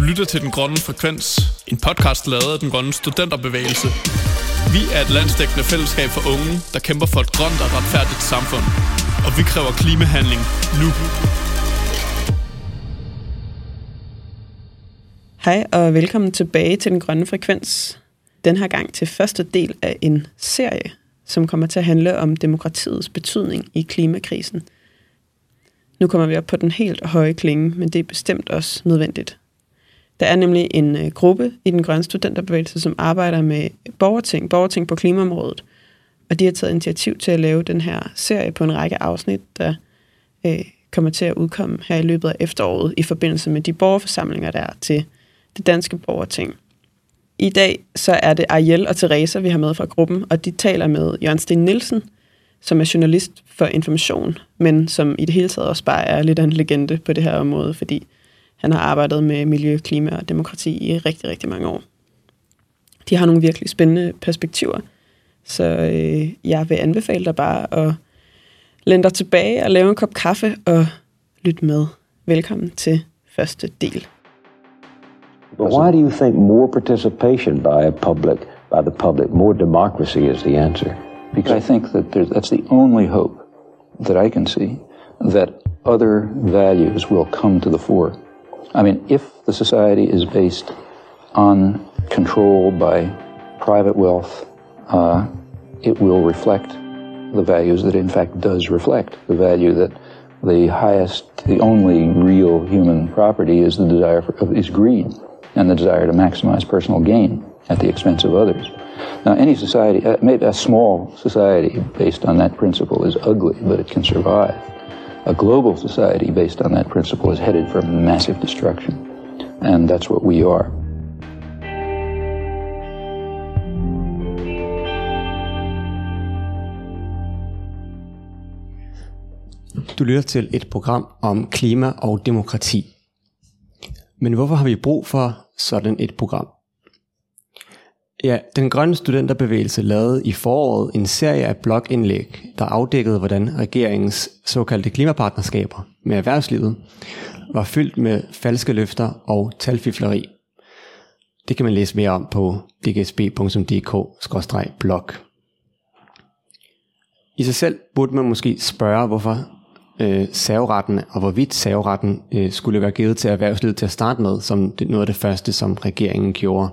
lytter til Den Grønne Frekvens, en podcast lavet af Den Grønne Studenterbevægelse. Vi er et landsdækkende fællesskab for unge, der kæmper for et grønt og retfærdigt samfund. Og vi kræver klimahandling nu. Hej og velkommen tilbage til Den Grønne Frekvens. Den her gang til første del af en serie, som kommer til at handle om demokratiets betydning i klimakrisen. Nu kommer vi op på den helt høje klinge, men det er bestemt også nødvendigt. Der er nemlig en gruppe i Den Grønne Studenterbevægelse, som arbejder med borgerting på klimaområdet. Og de har taget initiativ til at lave den her serie på en række afsnit, der kommer til at udkomme her i løbet af efteråret i forbindelse med de borgerforsamlinger, der er til det danske borgerting. I dag så er det Ariel og Teresa, vi har med fra gruppen, og de taler med Jørgen Steen Nielsen, som er journalist for Information, men som i det hele taget også bare er lidt af en legende på det her område, fordi han har arbejdet med miljø, klima og demokrati i rigtig, rigtig mange år. De har nogle virkelig spændende perspektiver, så jeg vil anbefale dig bare at læne dig tilbage og lave en kop kaffe og lytte med. Velkommen til første del. But why do you think more participation by the public, more democracy is the answer? Because I think that that's the only hope that I can see, that other values will come to the fore. I mean, if the society is based on control by private wealth, it will reflect the values that it in fact does reflect. The value that the only real human property is the desire is greed and the desire to maximize personal gain at the expense of others. Now, any society, maybe a small society based on that principle is ugly, but it can survive. A global society based on that principle is headed for massive destruction, and that's what we are. Du lytter til et program om klima og demokrati. Men hvorfor har vi brug for sådan et program? Ja, Den Grønne Studenterbevægelse lavede i foråret en serie af blogindlæg, der afdækkede, hvordan regeringens såkaldte klimapartnerskaber med erhvervslivet var fyldt med falske løfter og talfifleri. Det kan man læse mere om på dgsb.dk/blog. I sig selv burde man måske spørge, hvorfor serveretten og hvorvidt serveretten skulle være givet til erhvervslivet til at starte med, som noget af det første, som regeringen gjorde.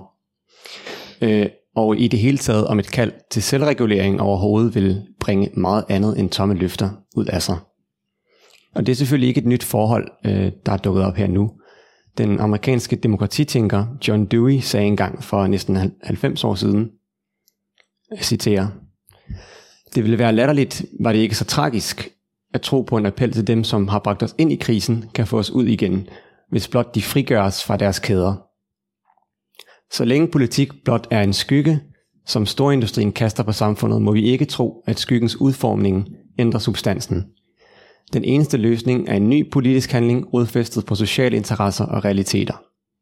Og i det hele taget om et kald til selvregulering overhovedet vil bringe meget andet end tomme løfter ud af sig. Og det er selvfølgelig ikke et nyt forhold, der er dukket op her nu. Den amerikanske demokratitænker John Dewey sagde engang for næsten 90 år siden, jeg citerer: "Det ville være latterligt, var det ikke så tragisk, at tro på en appel til dem, som har bragt os ind i krisen, kan få os ud igen, hvis blot de frigøres fra deres kæder. Så længe politik blot er en skygge, som storindustrien kaster på samfundet, må vi ikke tro, at skyggens udformning ændrer substansen. Den eneste løsning er en ny politisk handling, rodfæstet på sociale interesser og realiteter."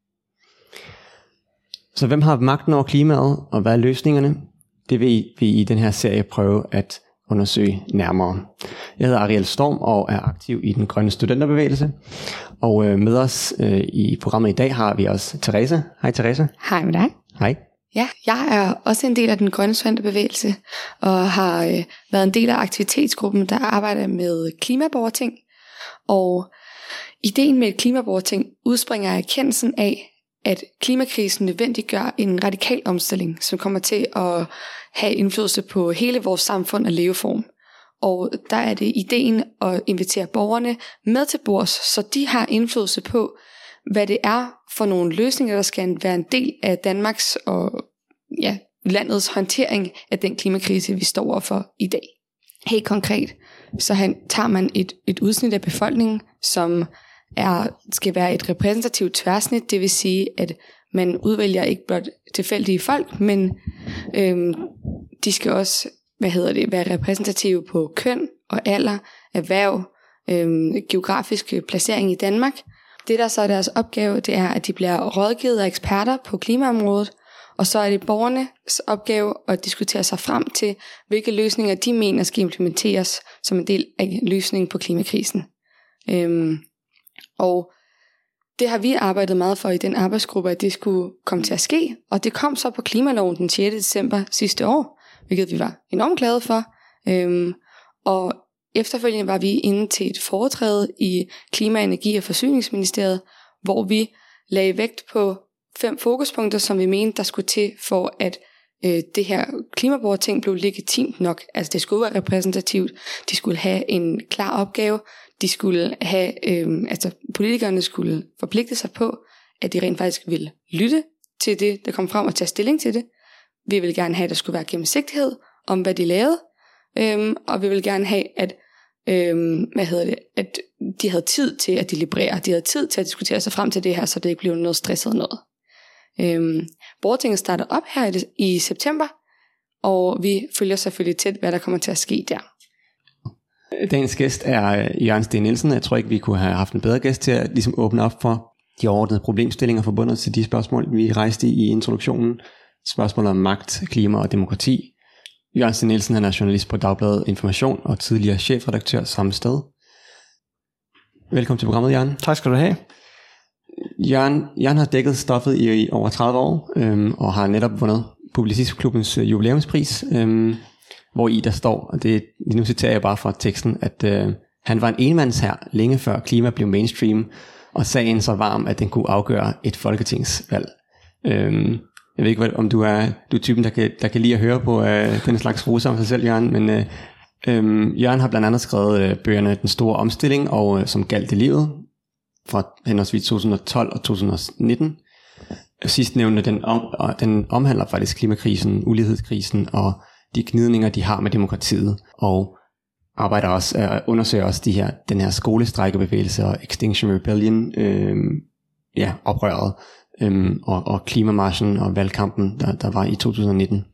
Så hvem har magten over klimaet, og hvad er løsningerne? Det vil vi i den her serie prøve at undersøge nærmere. Jeg hedder Ariel Storm og er aktiv i Den Grønne Studenterbevægelse. Og med os i programmet i dag har vi også Teresa. Hej Teresa. Hej med dig. Hej. Ja, jeg er også en del af Den Grønne Studenterbevægelse og har været en del af aktivitetsgruppen, der arbejder med klimaborgerting. Og ideen med et klimaborgerting udspringer af erkendelsen af, at klimakrisen nødvendiggør en radikal omstilling, som kommer til at have indflydelse på hele vores samfund og leveform. Og der er det ideen at invitere borgerne med til bords, så de har indflydelse på, hvad det er for nogle løsninger, der skal være en del af Danmarks og landets håndtering af den klimakrise, vi står overfor i dag. Helt konkret, så tager man et udsnit af befolkningen, som skal være et repræsentativt tværsnit, det vil sige, at man udvælger ikke blot tilfældige folk, men de skal også være repræsentative på køn og alder, erhverv, geografisk placering i Danmark. Det der så er deres opgave, det er, at de bliver rådgivet af eksperter på klimaområdet, og så er det borgernes opgave at diskutere sig frem til, hvilke løsninger de mener skal implementeres som en del af løsningen på klimakrisen. Og det har vi arbejdet meget for i den arbejdsgruppe, at det skulle komme til at ske, og det kom så på klimaloven den 6. december sidste år, hvilket vi var enormt glade for. Og efterfølgende var vi inde til et foretræde i Klima-, Energi- og Forsyningsministeriet, hvor vi lagde vægt på 5 fokuspunkter, som vi mente, der skulle til for, at det her klimaborgerting blev legitimt nok. Altså det skulle være repræsentativt, de skulle have en klar opgave, de skulle have, politikerne skulle forpligte sig på, at de rent faktisk ville lytte til det, der kom frem, og tage stilling til det. Vi ville gerne have, at der skulle være gennemsigtighed om, hvad de lavede, og vi ville gerne have, at at de havde tid til at deliberere, de havde tid til at diskutere sig frem til det her, så det ikke blev noget stresset noget. Borgertinget starter op her i september, og vi følger selvfølgelig tæt, hvad der kommer til at ske der. Dagens gæst er Jørgen Steen Nielsen. Jeg tror ikke, vi kunne have haft en bedre gæst til at ligesom åbne op for de overordnede problemstillinger forbundet til de spørgsmål, vi rejste i introduktionen. Spørgsmål om magt, klima og demokrati. Jørgen Steen Nielsen, han er journalist på Dagbladet Information og tidligere chefredaktør samme sted. Velkommen til programmet, Jørgen. Tak skal du have. Jørgen har dækket stoffet i over 30 år, og har netop vundet Publicistklubbens jubilæumspris, hvor i der står, og det nu citerer jeg bare fra teksten, at han var en enmandshær længe før klima blev mainstream, og sagen så varm, at den kunne afgøre et folketingsvalg. Jeg ved ikke, om du er typen, der kan lide at høre på den slags roser om sig selv, Jørgen, men Jørgen har blandt andet skrevet bøgerne Den Store Omstilling og Som galt i livet fra henholdsvis 2012 og 2019. Sidstnævnte den omhandler faktisk klimakrisen, ulighedskrisen og de gnidninger, de har med demokratiet, og arbejder også undersøger også den her skolestrejkebevægelse og Extinction Rebellion, oprøret, og klimamarchen og valgkampen, der var i 2019.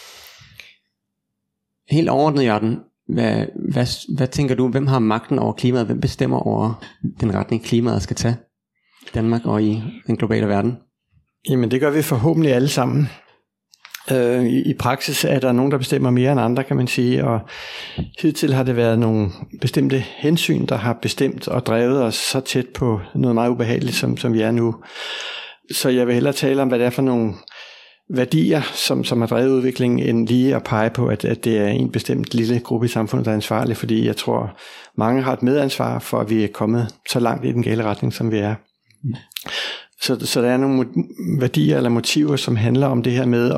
Helt overordnet, Jørgen, hvad tænker du, hvem har magten over klimaet, hvem bestemmer over den retning klimaet skal tage i Danmark og i den globale verden? Jamen det gør vi forhåbentlig alle sammen. I praksis er der nogen, der bestemmer mere end andre, kan man sige, og hidtil har det været nogle bestemte hensyn, der har bestemt og drevet os så tæt på noget meget ubehageligt, som vi er nu. Så jeg vil hellere tale om, hvad det er for nogle værdier, som har drevet udviklingen, end lige at pege på, at det er en bestemt lille gruppe i samfundet, der er ansvarlig, fordi jeg tror, mange har et medansvar for, at vi er kommet så langt i den gale retning, som vi er. Så der er nogle værdier eller motiver, som handler om det her med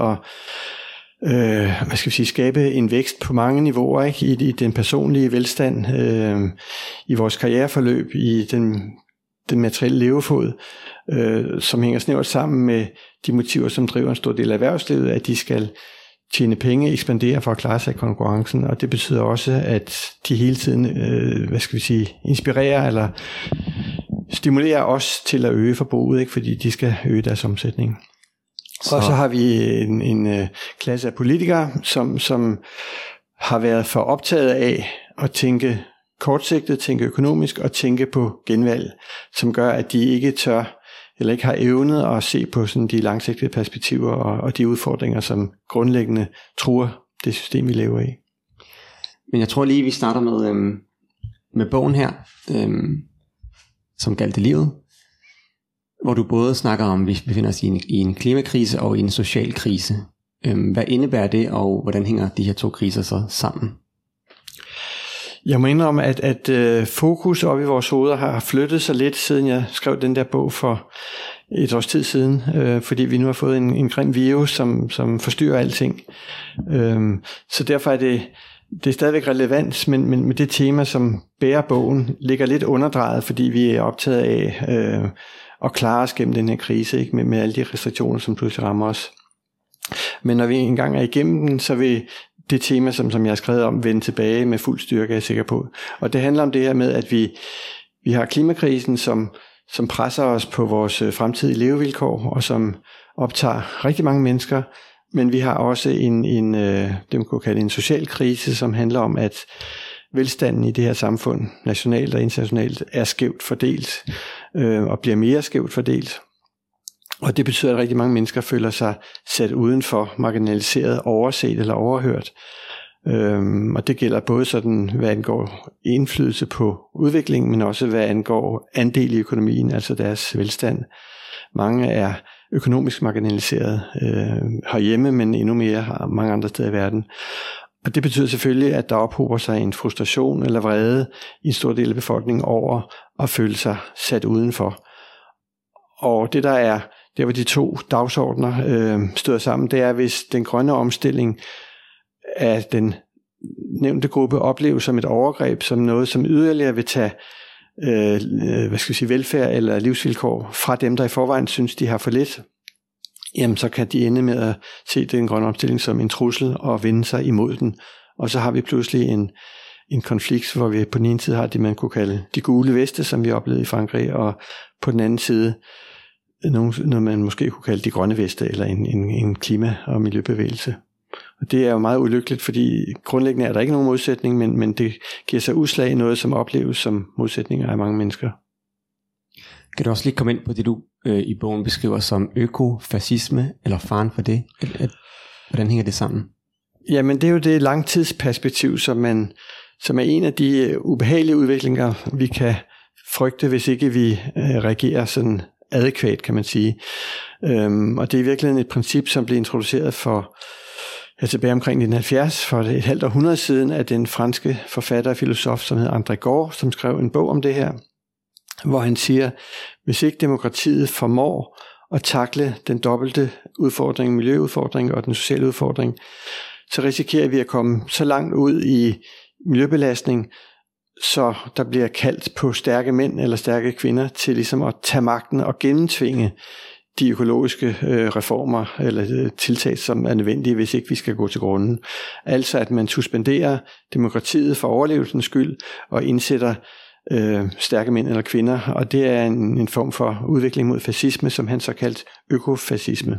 at skabe en vækst på mange niveauer, ikke? I den personlige velstand, i vores karriereforløb, i den materielle levefod, som hænger snævert sammen med de motiver, som driver en stor del af erhvervslivet, at de skal tjene penge, ekspandere for at klare sig i konkurrencen, og det betyder også, at de hele tiden, inspirerer eller stimulerer os til at øge forbruget, ikke? Fordi de skal øge deres omsætning. Og så har vi en klasse af politikere, som har været for optaget af at tænke kortsigtet, tænke økonomisk og tænke på genvalg, som gør, at de ikke tør eller ikke har evnet at se på sådan de langsigtede perspektiver og de udfordringer, som grundlæggende truer det system, vi lever i. Men jeg tror lige, vi starter med bogen her, Som galt i livet, hvor du både snakker om, at vi befinder os i en klimakrise og i en social krise. Hvad indebærer det, og hvordan hænger de her to kriser så sammen? Jeg må indrømme, at fokus op i vores hoveder har flyttet sig lidt, siden jeg skrev den der bog for et års tid siden, fordi vi nu har fået en grim virus, som forstyrrer alting. Så derfor er det er stadigvæk relevant, men det tema, som bærer bogen, ligger lidt underdrejet, fordi vi er optaget af at klare os gennem den her krise, ikke? Med alle de restriktioner, som pludselig rammer os. Men når vi engang er igennem den, så vil det tema, som jeg har skrevet om, vende tilbage med fuld styrke, er jeg sikker på. Og det handler om det her med, at vi har klimakrisen, som presser os på vores fremtidige levevilkår, og som optager rigtig mange mennesker. Men vi har også det man kunne kalde en social krise, som handler om, at velstanden i det her samfund, nationalt og internationalt, er skævt fordelt, og bliver mere skævt fordelt. Og det betyder, at rigtig mange mennesker føler sig sat udenfor, marginaliseret, overset eller overhørt. Og det gælder både sådan, hvad angår indflydelse på udviklingen, men også hvad angår andel i økonomien, altså deres velstand. Mange er økonomisk marginaliseret herhjemme, men endnu mere mange andre steder i verden. Og det betyder selvfølgelig, at der ophober sig en frustration eller vrede i en stor del af befolkningen over at føle sig sat udenfor. Og det der hvor de to dagsordner støder sammen, det er, hvis den grønne omstilling af den nævnte gruppe opleves som et overgreb, som noget, som yderligere vil tage velfærd eller livsvilkår fra dem, der i forvejen synes, de har for lidt, jamen så kan de ende med at se den grønne omstilling som en trussel og vende sig imod den. Og så har vi pludselig en konflikt, hvor vi på den ene side har det, man kunne kalde de gule veste, som vi oplevede i Frankrig, og på den anden side noget man måske kunne kalde de grønne veste, eller en klima- og miljøbevægelse. Og det er jo meget ulykkeligt, fordi grundlæggende er der ikke nogen modsætning, men det giver sig udslag i noget, som opleves som modsætninger af mange mennesker. Kan du også lige komme ind på det, du i bogen beskriver som økofascisme, eller faren for det? Hvordan hænger det sammen? Jamen det er jo det langtidsperspektiv, som er en af de ubehagelige udviklinger, vi kan frygte, hvis ikke vi reagerer sådan adækvat, kan man sige. Og det er i virkeligheden et princip, som blev introduceret tilbage omkring 1970, for et halvt århundrede siden, af den franske forfatter og filosof, som hedder André Gorz, som skrev en bog om det her, hvor han siger, hvis ikke demokratiet formår at takle den dobbelte udfordring, miljøudfordring og den sociale udfordring, så risikerer vi at komme så langt ud i miljøbelastning, så der bliver kaldt på stærke mænd eller stærke kvinder til ligesom at tage magten og gennemtvinge de økologiske reformer eller tiltag, som er nødvendige, hvis ikke vi skal gå til grunden. Altså at man suspenderer demokratiet for overlevelsens skyld og indsætter stærke mænd eller kvinder, og det er en form for udvikling mod fascisme, som han så kaldt økofascisme.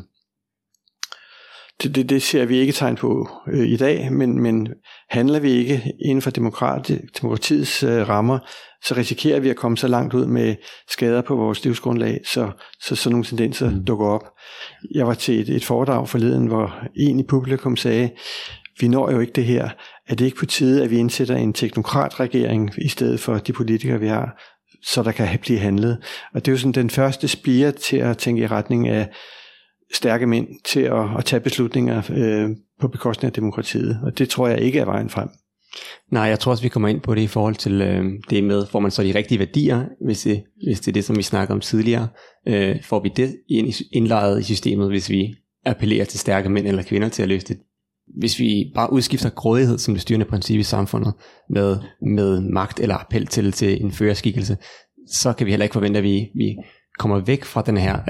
Det ser vi ikke tegn på i dag, men handler vi ikke inden for demokratiets rammer, så risikerer vi at komme så langt ud med skader på vores livsgrundlag, så sådan nogle tendenser dukker op. Jeg var til et foredrag forleden, hvor en i publikum sagde, vi når jo ikke det her. Er det ikke på tide, at vi indsætter en teknokratregering i stedet for de politikere, vi har, så der kan blive handlet? Og det er jo sådan den første spire til at tænke i retning af stærke mænd til at tage beslutninger på bekostning af demokratiet. Og det tror jeg ikke er vejen frem. Nej, jeg tror også, vi kommer ind på det i forhold til det med, får man så de rigtige værdier, hvis det er det, som vi snakker om tidligere. Får vi det indlejret i systemet, hvis vi appellerer til stærke mænd eller kvinder til at løse det? Hvis vi bare udskifter grådighed som det styrende princip i samfundet med magt eller appel til en førerskikkelse, så kan vi heller ikke forvente, at vi kommer væk fra den her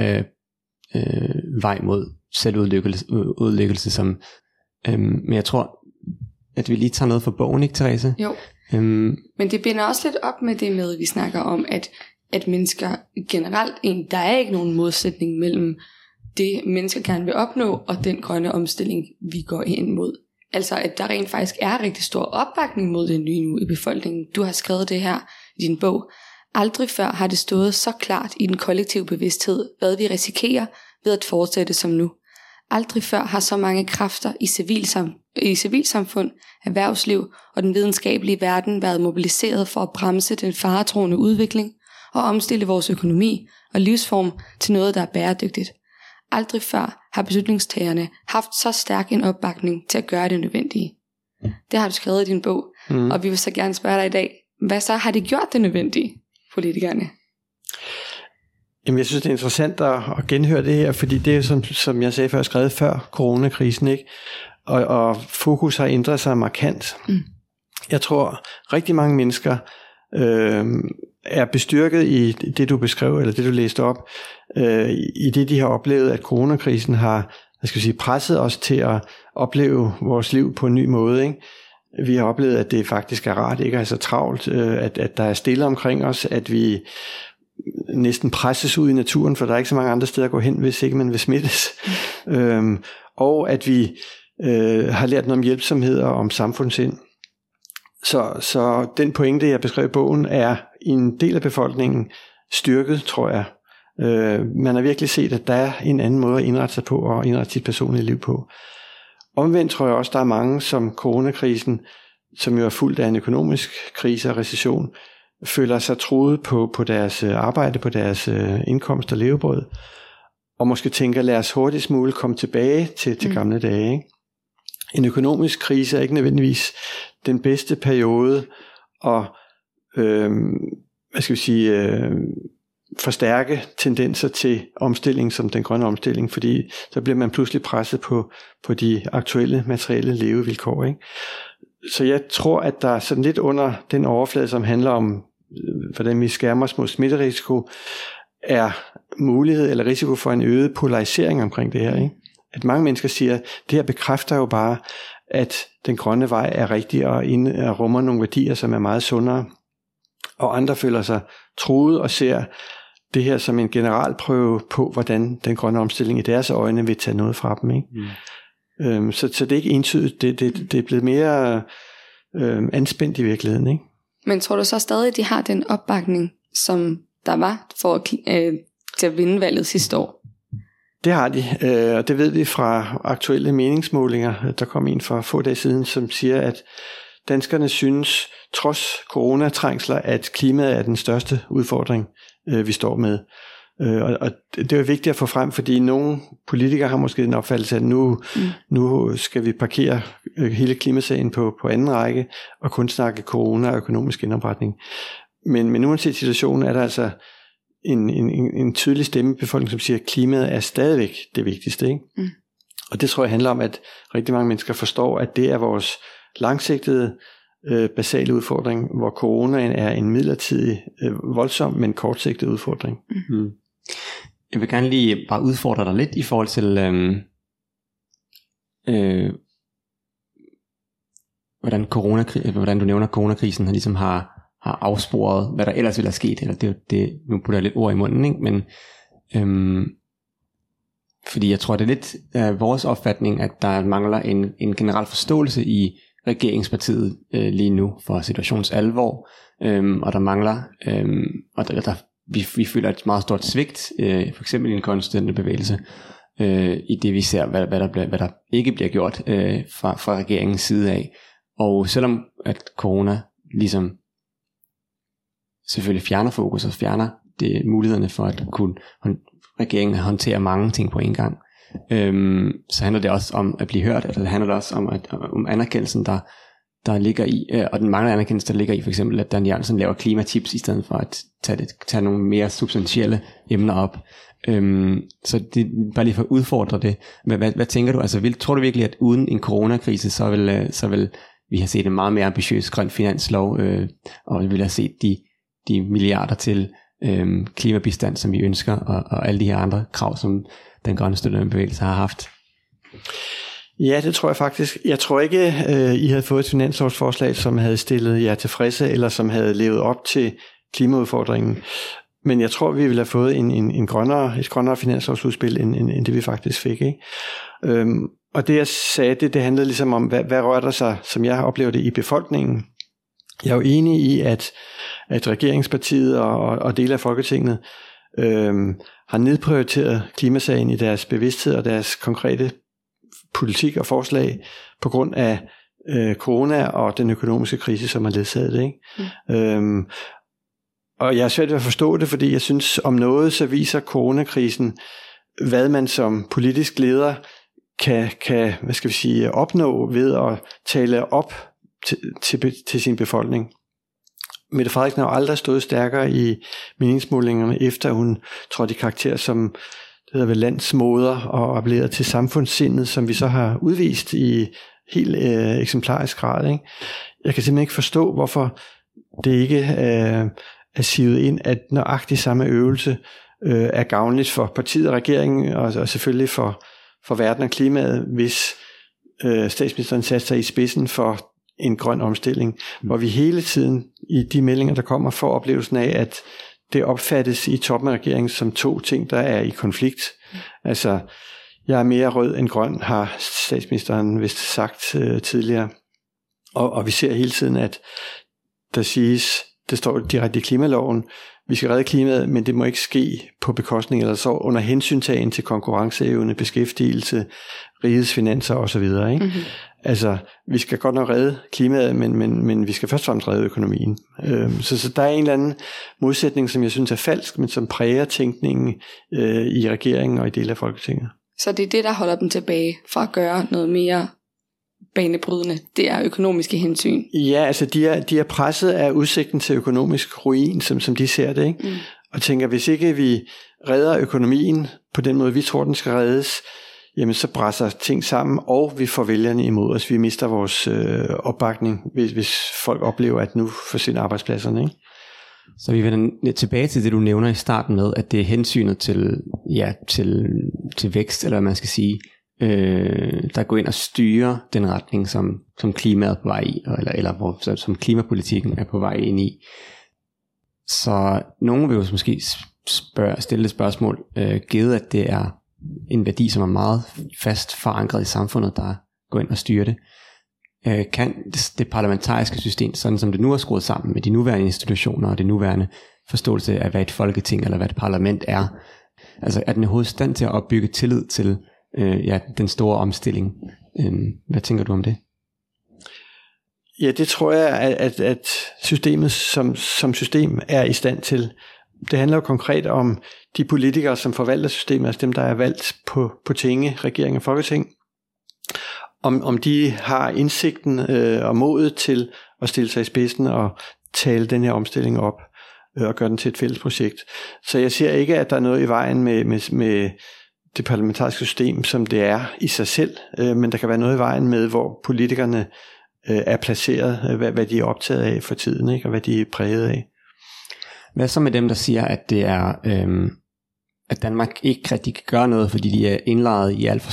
vej mod selvudlykkelse, som men jeg tror, at vi lige tager noget fra bogen, ikke Therese? Jo, men det binder også lidt op med det med, vi snakker om, at mennesker generelt, der er ikke nogen modsætning mellem det, mennesker gerne vil opnå, og den grønne omstilling, vi går hen mod. Altså, at der rent faktisk er rigtig stor opbakning mod det nye nu i befolkningen. Du har skrevet det her i din bog. Aldrig før har det stået så klart i den kollektive bevidsthed, hvad vi risikerer ved at fortsætte som nu. Aldrig før har så mange kræfter i civilsamfund, erhvervsliv og den videnskabelige verden været mobiliseret for at bremse den faretruende udvikling og omstille vores økonomi og livsform til noget, der er bæredygtigt. Aldrig før har beslutningstagerne haft så stærk en opbakning til at gøre det nødvendige. Det har du skrevet i din bog, og vi vil så gerne spørge dig i dag, hvad så har det gjort det nødvendige, politikerne? Jamen, jeg synes, det er interessant at genhøre det her, fordi det er, som jeg sagde før, skrevet før coronakrisen, ikke? Og fokus har ændret sig markant. Jeg tror, rigtig mange mennesker er bestyrket i det, du beskrev, eller det, du læste op, i det, de har oplevet, at coronakrisen har, presset os til at opleve vores liv på en ny måde, ikke? Vi har oplevet, at det faktisk er rart, ikke er så travlt, at der er stille omkring os, at vi næsten presses ud i naturen, for der er ikke så mange andre steder at gå hen, hvis ikke man vil smittes. Og at vi har lært noget om hjælpsomhed og om samfundssind. Så den pointe, jeg beskrev i bogen, er i en del af befolkningen styrket, tror jeg. Man har virkelig set, at der er en anden måde at indrette sig på og indrette sit personlige liv på. Omvendt tror jeg også, der er mange, som coronakrisen, som jo er fuldt af en økonomisk krise og recession, føler sig truet på deres arbejde, på deres indkomst og levebrød, og måske tænker, lad os hurtigst muligt komme tilbage til gamle dage. Ikke? En økonomisk krise er ikke nødvendigvis den bedste periode at forstærke tendenser til omstilling som den grønne omstilling, fordi så bliver man pludselig presset på de aktuelle materielle levevilkår. Ikke? Så jeg tror, at der sådan lidt under den overflade, som handler om, hvordan vi skærmer os mod smitterisiko, er mulighed eller risiko for en øget polarisering omkring det her. Ikke? At mange mennesker siger, at det her bekræfter jo bare, at den grønne vej er rigtig og rummer nogle værdier, som er meget sundere. Og andre føler sig truet og ser det her som en generalprøve på, hvordan den grønne omstilling i deres øjne vil tage noget fra dem. Ikke? Så det er ikke entydigt. Det er blevet mere anspændt i virkeligheden. Ikke? Men tror du så stadig, at de har den opbakning, som der var for til at vinde valget sidste år? Det har de, og det ved vi fra aktuelle meningsmålinger. Der kom en for få dage siden, som siger, at danskerne synes, trods coronatrængsler, at klimaet er den største udfordring, vi står med. Og det er vigtigt at få frem, fordi nogle politikere har måske den opfattelse, at nu skal vi parkere hele klimasagen på anden række, og kun snakke corona og økonomisk genopretning. Men uanset situationen er der altså en tydelig stemme i befolkningen, som siger, at klimaet er stadigvæk det vigtigste. Ikke? Og det tror jeg handler om, at rigtig mange mennesker forstår, at det er vores langsigtede basale udfordring, hvor coronaen er en midlertidig, voldsom, men kortsigtet udfordring. Jeg vil gerne lige bare udfordre dig lidt i forhold til hvordan du nævner coronakrisen ligesom har afsporet, hvad der ellers ville have sket, eller nu putter jeg lidt ord i munden, ikke? Men fordi jeg tror, det er lidt vores opfatning, at der mangler en generel forståelse i regeringspartiet lige nu for situationens alvor, og der mangler, vi føler et meget stort svigt, for eksempel i en konstante bevægelse, i det vi ser, hvad der ikke bliver gjort fra regeringens side af. Og selvom at corona ligesom selvfølgelig fjerner fokus og fjerner mulighederne for at kunne regeringen håndtere mange ting på en gang, så handler det også om at blive hørt, eller det handler også om anerkendelsen, der ligger i, og den manglende anerkendelse, der ligger i, for eksempel at Dan Jørgensen laver klimatips, i stedet for at tage nogle mere substantielle emner op. Så det bare lige for at udfordre det. Hvad tænker du? Altså, tror du virkelig, at uden en coronakrise, så vil vi have set en meget mere ambitiøs grøn finanslov, og vi vil have set de milliarder til klimabistand, som vi ønsker, og alle de her andre krav, som den grønne studenterbevægelse har haft? Ja, det tror jeg faktisk. Jeg tror ikke, I havde fået et finanslovsforslag, som havde stillet jer tilfredse, eller som havde levet op til klimaudfordringen. Men jeg tror, vi ville have fået et grønnere finanslovsudspil, end det vi faktisk fik. Ikke? Og det jeg sagde, det handlede ligesom om, hvad rører der sig, som jeg oplever det i befolkningen. Jeg er jo enig i, at regeringspartiet og dele af Folketinget har nedprioriteret klimasagen i deres bevidsthed og deres konkrete politik og forslag på grund af corona og den økonomiske krise, som har ledsaget det. Ikke? Og jeg er svært ved at forstå det, fordi jeg synes, om noget, så viser coronakrisen, hvad man som politisk leder kan opnå ved at tale op til sin befolkning. Mette Frederiksen har jo aldrig stået stærkere i meningsmålingerne, efter hun trådte i karakter som det hedder vel landsmoder og appelleret til samfundssindet, som vi så har udvist i helt eksemplarisk grad. Ikke? Jeg kan simpelthen ikke forstå, hvorfor det ikke er sivet ind, at nøjagtigt samme øvelse er gavnligt for partiet og regeringen, og selvfølgelig for verden og klimaet, hvis statsministeren satte sig i spidsen for en grøn omstilling, hvor vi hele tiden i de meldinger, der kommer, får oplevelsen af, at det opfattes i toppen af regeringen som to ting, der er i konflikt. Altså, jeg er mere rød end grøn, har statsministeren vist sagt tidligere. Og vi ser hele tiden, at der siges det står direkte i klimaloven, vi skal redde klimaet, men det må ikke ske på bekostning, eller så under hensyntagen til konkurrenceevne, beskæftigelse, rigets finanser osv. Ikke? Altså, vi skal godt nok redde klimaet, men vi skal først og fremmest redde økonomien. Så der er en eller anden modsætning, som jeg synes er falsk, men som præger tænkningen i regeringen og i dele af Folketinget. Så det er det, der holder dem tilbage fra at gøre noget mere banebrydende, det er økonomiske hensyn. Ja, altså de er presset af udsigten til økonomisk ruin, som de ser det, ikke? Og tænker, hvis ikke vi redder økonomien på den måde, vi tror, den skal reddes, jamen så brænder ting sammen, og vi får vælgerne imod os. Vi mister vores opbakning, hvis folk oplever, at nu forsvinder arbejdspladserne, ikke? Så vi vender tilbage til det, du nævner i starten med, at det er hensynet til vækst, eller hvad man skal sige, der går ind og styrer den retning, som klimaet er på vej i, eller som klimapolitikken er på vej ind i. Så nogen vil jo måske stille et spørgsmål, givet at det er en værdi, som er meget fast forankret i samfundet, der går ind og styrer det. Kan det parlamentariske system, sådan som det nu er skruet sammen med de nuværende institutioner og det nuværende forståelse af, hvad et folketing eller hvad et parlament er, altså er den i hovedet stand til at opbygge tillid til den store omstilling? Hvad tænker du om det? Ja, det tror jeg, at systemet som system er i stand til. Det handler jo konkret om de politikere, som forvalter systemet, altså dem, der er valgt på tinge, regering og folketing, om de har indsigten og modet til at stille sig i spidsen og tale den her omstilling op og gøre den til et fælles projekt. Så jeg ser ikke, at der er noget i vejen med det parlamentariske system, som det er i sig selv, men der kan være noget i vejen med, hvor politikerne er placeret, hvad de er optaget af for tiden, ikke? Og hvad de er præget af. Hvad så med dem, der siger, at det er, at Danmark ikke rigtig kan gøre noget, fordi de er indlejret i alt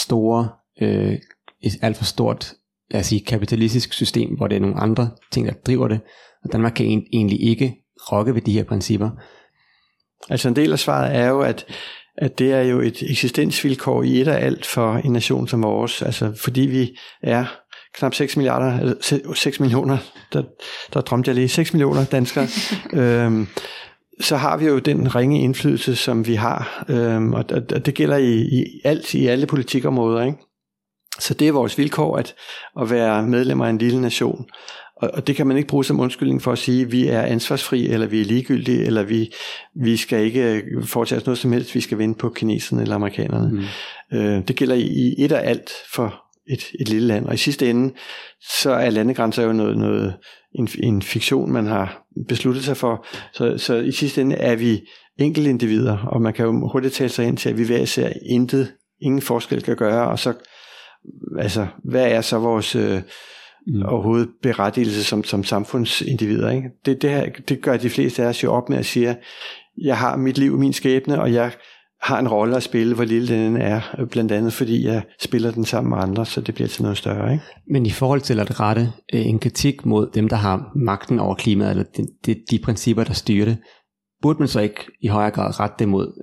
for stort, lad os sige, kapitalistisk system, hvor det er nogle andre ting, der driver det, og Danmark kan egentlig ikke rokke ved de her principper? Altså en del af svaret er jo, at det er jo et eksistensvilkår i et og alt for en nation som vores, altså fordi vi er knap 6 millioner, der drømte jeg lige, 6 millioner danskere, så har vi jo den ringe indflydelse, som vi har, og det gælder i alle politikområder, ikke? Så det er vores vilkår at være medlemmer af en lille nation, og det kan man ikke bruge som undskyldning for at sige, at vi er ansvarsfri, eller vi er ligegyldige, eller vi skal ikke foretage os noget som helst, vi skal vente på kineserne eller amerikanerne. Det gælder i et og alt for et lille land, og i sidste ende, så er landegrænser jo en fiktion, man har besluttet sig for, så i sidste ende er vi enkeltindivider, og man kan jo hurtigt tale sig ind til, at vi hver især ingen forskel kan gøre, og så, altså, hvad er så vores overhovedet berettigelse som samfundsindivider, ikke? Det gør de fleste af os jo op med at sige, jeg har mit liv, min skæbne, og jeg har en rolle at spille, hvor lille den er, blandt andet fordi jeg spiller den sammen med andre, så det bliver til noget større, ikke? Men i forhold til at rette en kritik mod dem, der har magten over klimaet, eller de principper, der styrer det, burde man så ikke i højere grad rette det mod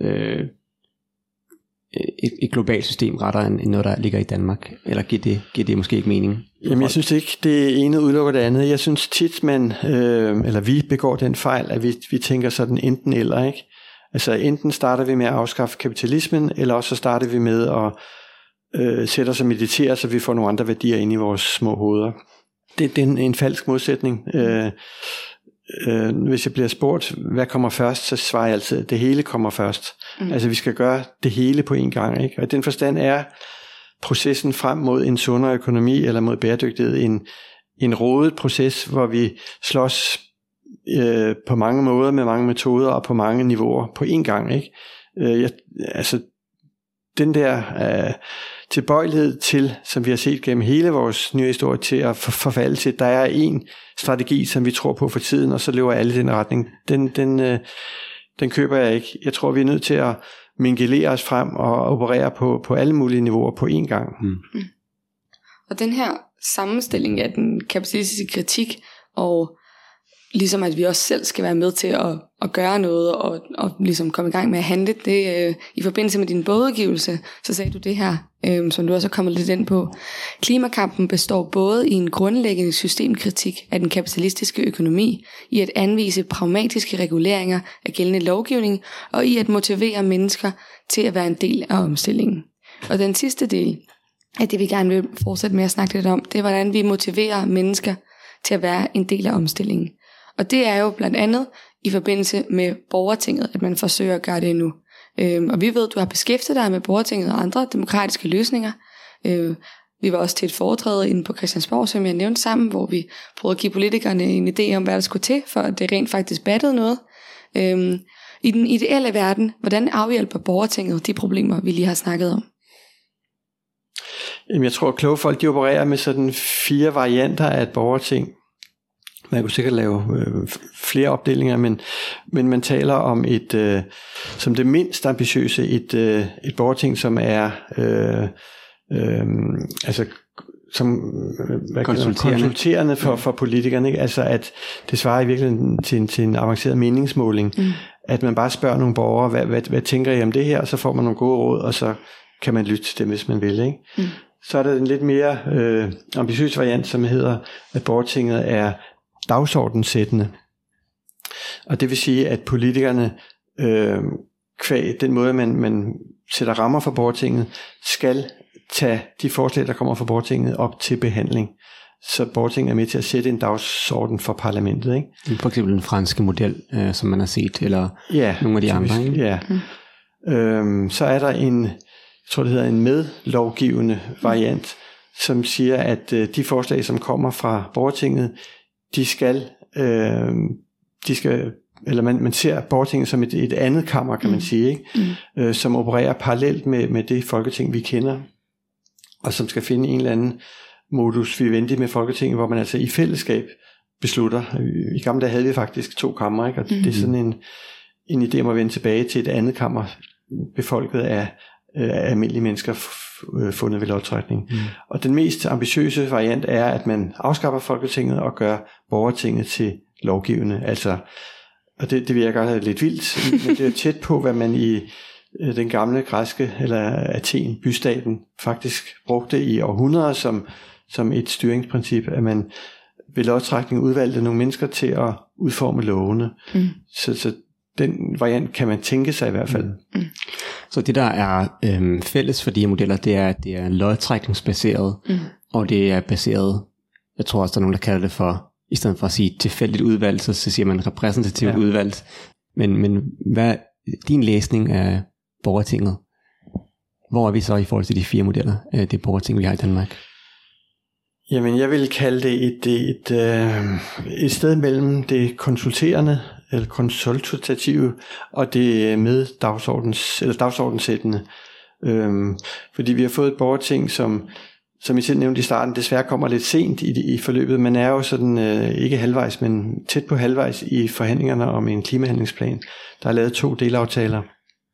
et globalt system rettere end noget, der ligger i Danmark? Eller giver det måske ikke mening? Jamen jeg synes ikke, det ene udelukker det andet. Jeg synes tit, vi begår den fejl, at vi tænker sådan enten eller, ikke? Altså enten starter vi med at afskaffe kapitalismen, eller også så starter vi med at sætte os og meditere, så vi får nogle andre værdier ind i vores små hoveder. Det er en falsk modsætning. Hvis jeg bliver spurgt, hvad kommer først, så svarer jeg altid, at det hele kommer først. Altså vi skal gøre det hele på en gang, ikke? Og i den forstand er processen frem mod en sundere økonomi eller mod bæredygtighed en rodet proces, hvor vi slås på mange måder, med mange metoder og på mange niveauer på en gang, ikke? Den der tilbøjelighed til, som vi har set gennem hele vores nye historie, til at forfalde til, der er en strategi, som vi tror på for tiden, og så løber alle i den retning. Den køber jeg ikke. Jeg tror, vi er nødt til at mingelere os frem og operere på alle mulige niveauer på én gang. Og den her sammenstilling af den kapitalistiske kritik, og ligesom at vi også selv skal være med til at gøre noget og ligesom komme i gang med at handle. Det, i forbindelse med din bogudgivelse, så sagde du det her, som du også er kommet lidt ind på. Klimakampen består både i en grundlæggende systemkritik af den kapitalistiske økonomi, i at anvise pragmatiske reguleringer af gældende lovgivning, og i at motivere mennesker til at være en del af omstillingen. Og den sidste del af det, vi gerne vil fortsætte med at snakke lidt om, det er, hvordan vi motiverer mennesker til at være en del af omstillingen. Og det er jo blandt andet i forbindelse med borgertinget, at man forsøger at gøre det nu. Og vi ved, at du har beskæftiget dig med borgertinget og andre demokratiske løsninger. Vi var også til et foretræde inde på Christiansborg, som jeg nævnte sammen, hvor vi prøvede at give politikerne en idé om, hvad der skulle til, for at det rent faktisk battede noget. I den ideelle verden, hvordan afhjælper borgertinget de problemer, vi lige har snakket om? Jeg tror, at kloge folk de opererer med sådan 4 varianter af et borgerting. Man kunne sikkert lave flere opdelinger, men man taler om som det mindst ambitiøse, et borgerting, som er som konsulterende for politikerne, ikke? Altså at det svarer i virkeligheden til en avanceret meningsmåling, at man bare spørger nogle borgere, hvad tænker I om det her, og så får man nogle gode råd, og så kan man lytte til dem, hvis man vil, ikke? Så er der en lidt mere ambitiøs variant, som hedder, at borgertinget er dagsordensættende. Og det vil sige, at politikerne kvæg den måde, man sætter rammer for borgertinget, skal tage de forslag, der kommer fra borgertinget, op til behandling. Så borgertinget er med til at sætte en dagsorden for parlamentet, ikke? For eksempel den franske model, som man har set, eller nogle af de andre, ikke? Ja. Så er der jeg tror det hedder en medlovgivende variant, som siger, at de forslag, som kommer fra borgertinget, de skal eller man ser borgertinget som et andet kammer, kan man sige, ikke? Som opererer parallelt med det folketing, vi kender, og som skal finde en eller anden modus vivendi med folketinget, hvor man altså i fællesskab beslutter. I gamle dage havde vi faktisk 2 kammer, ikke? Og det er sådan en idé om at vende tilbage til et andet kammer, befolket af almindelige mennesker fundet ved lodtrækning. Og den mest ambitiøse variant er, at man afskaffer Folketinget og gør borgertinget til lovgivende. Altså, og det virker lidt vildt, men det er tæt på, hvad man i den gamle græske eller Athen, bystaten, faktisk brugte i århundreder som et styringsprincip, at man ved lodtrækning udvalgte nogle mennesker til at udforme lovene. Så den variant kan man tænke sig i hvert fald. Så det der er fælles for de her modeller, det er, at det er lodtrækningsbaseret, og det er baseret, jeg tror også der er nogen der kalder det for, i stedet for at sige tilfældigt udvalgt, så siger man repræsentativt udvalgt. Men hvad er din læsning af borgertinget? Hvor er vi så i forhold til de 4 modeller, det borgerting vi har i Danmark? Jamen jeg vil kalde det et sted mellem det konsulterende eller konsultative og det med dagsordensættende. Fordi vi har fået et borgerting, som I selv nævnte i starten, desværre kommer lidt sent i forløbet. Man er jo sådan ikke halvvejs, men tæt på halvvejs i forhandlingerne om en klimahandlingsplan. Der er lavet 2 delaftaler.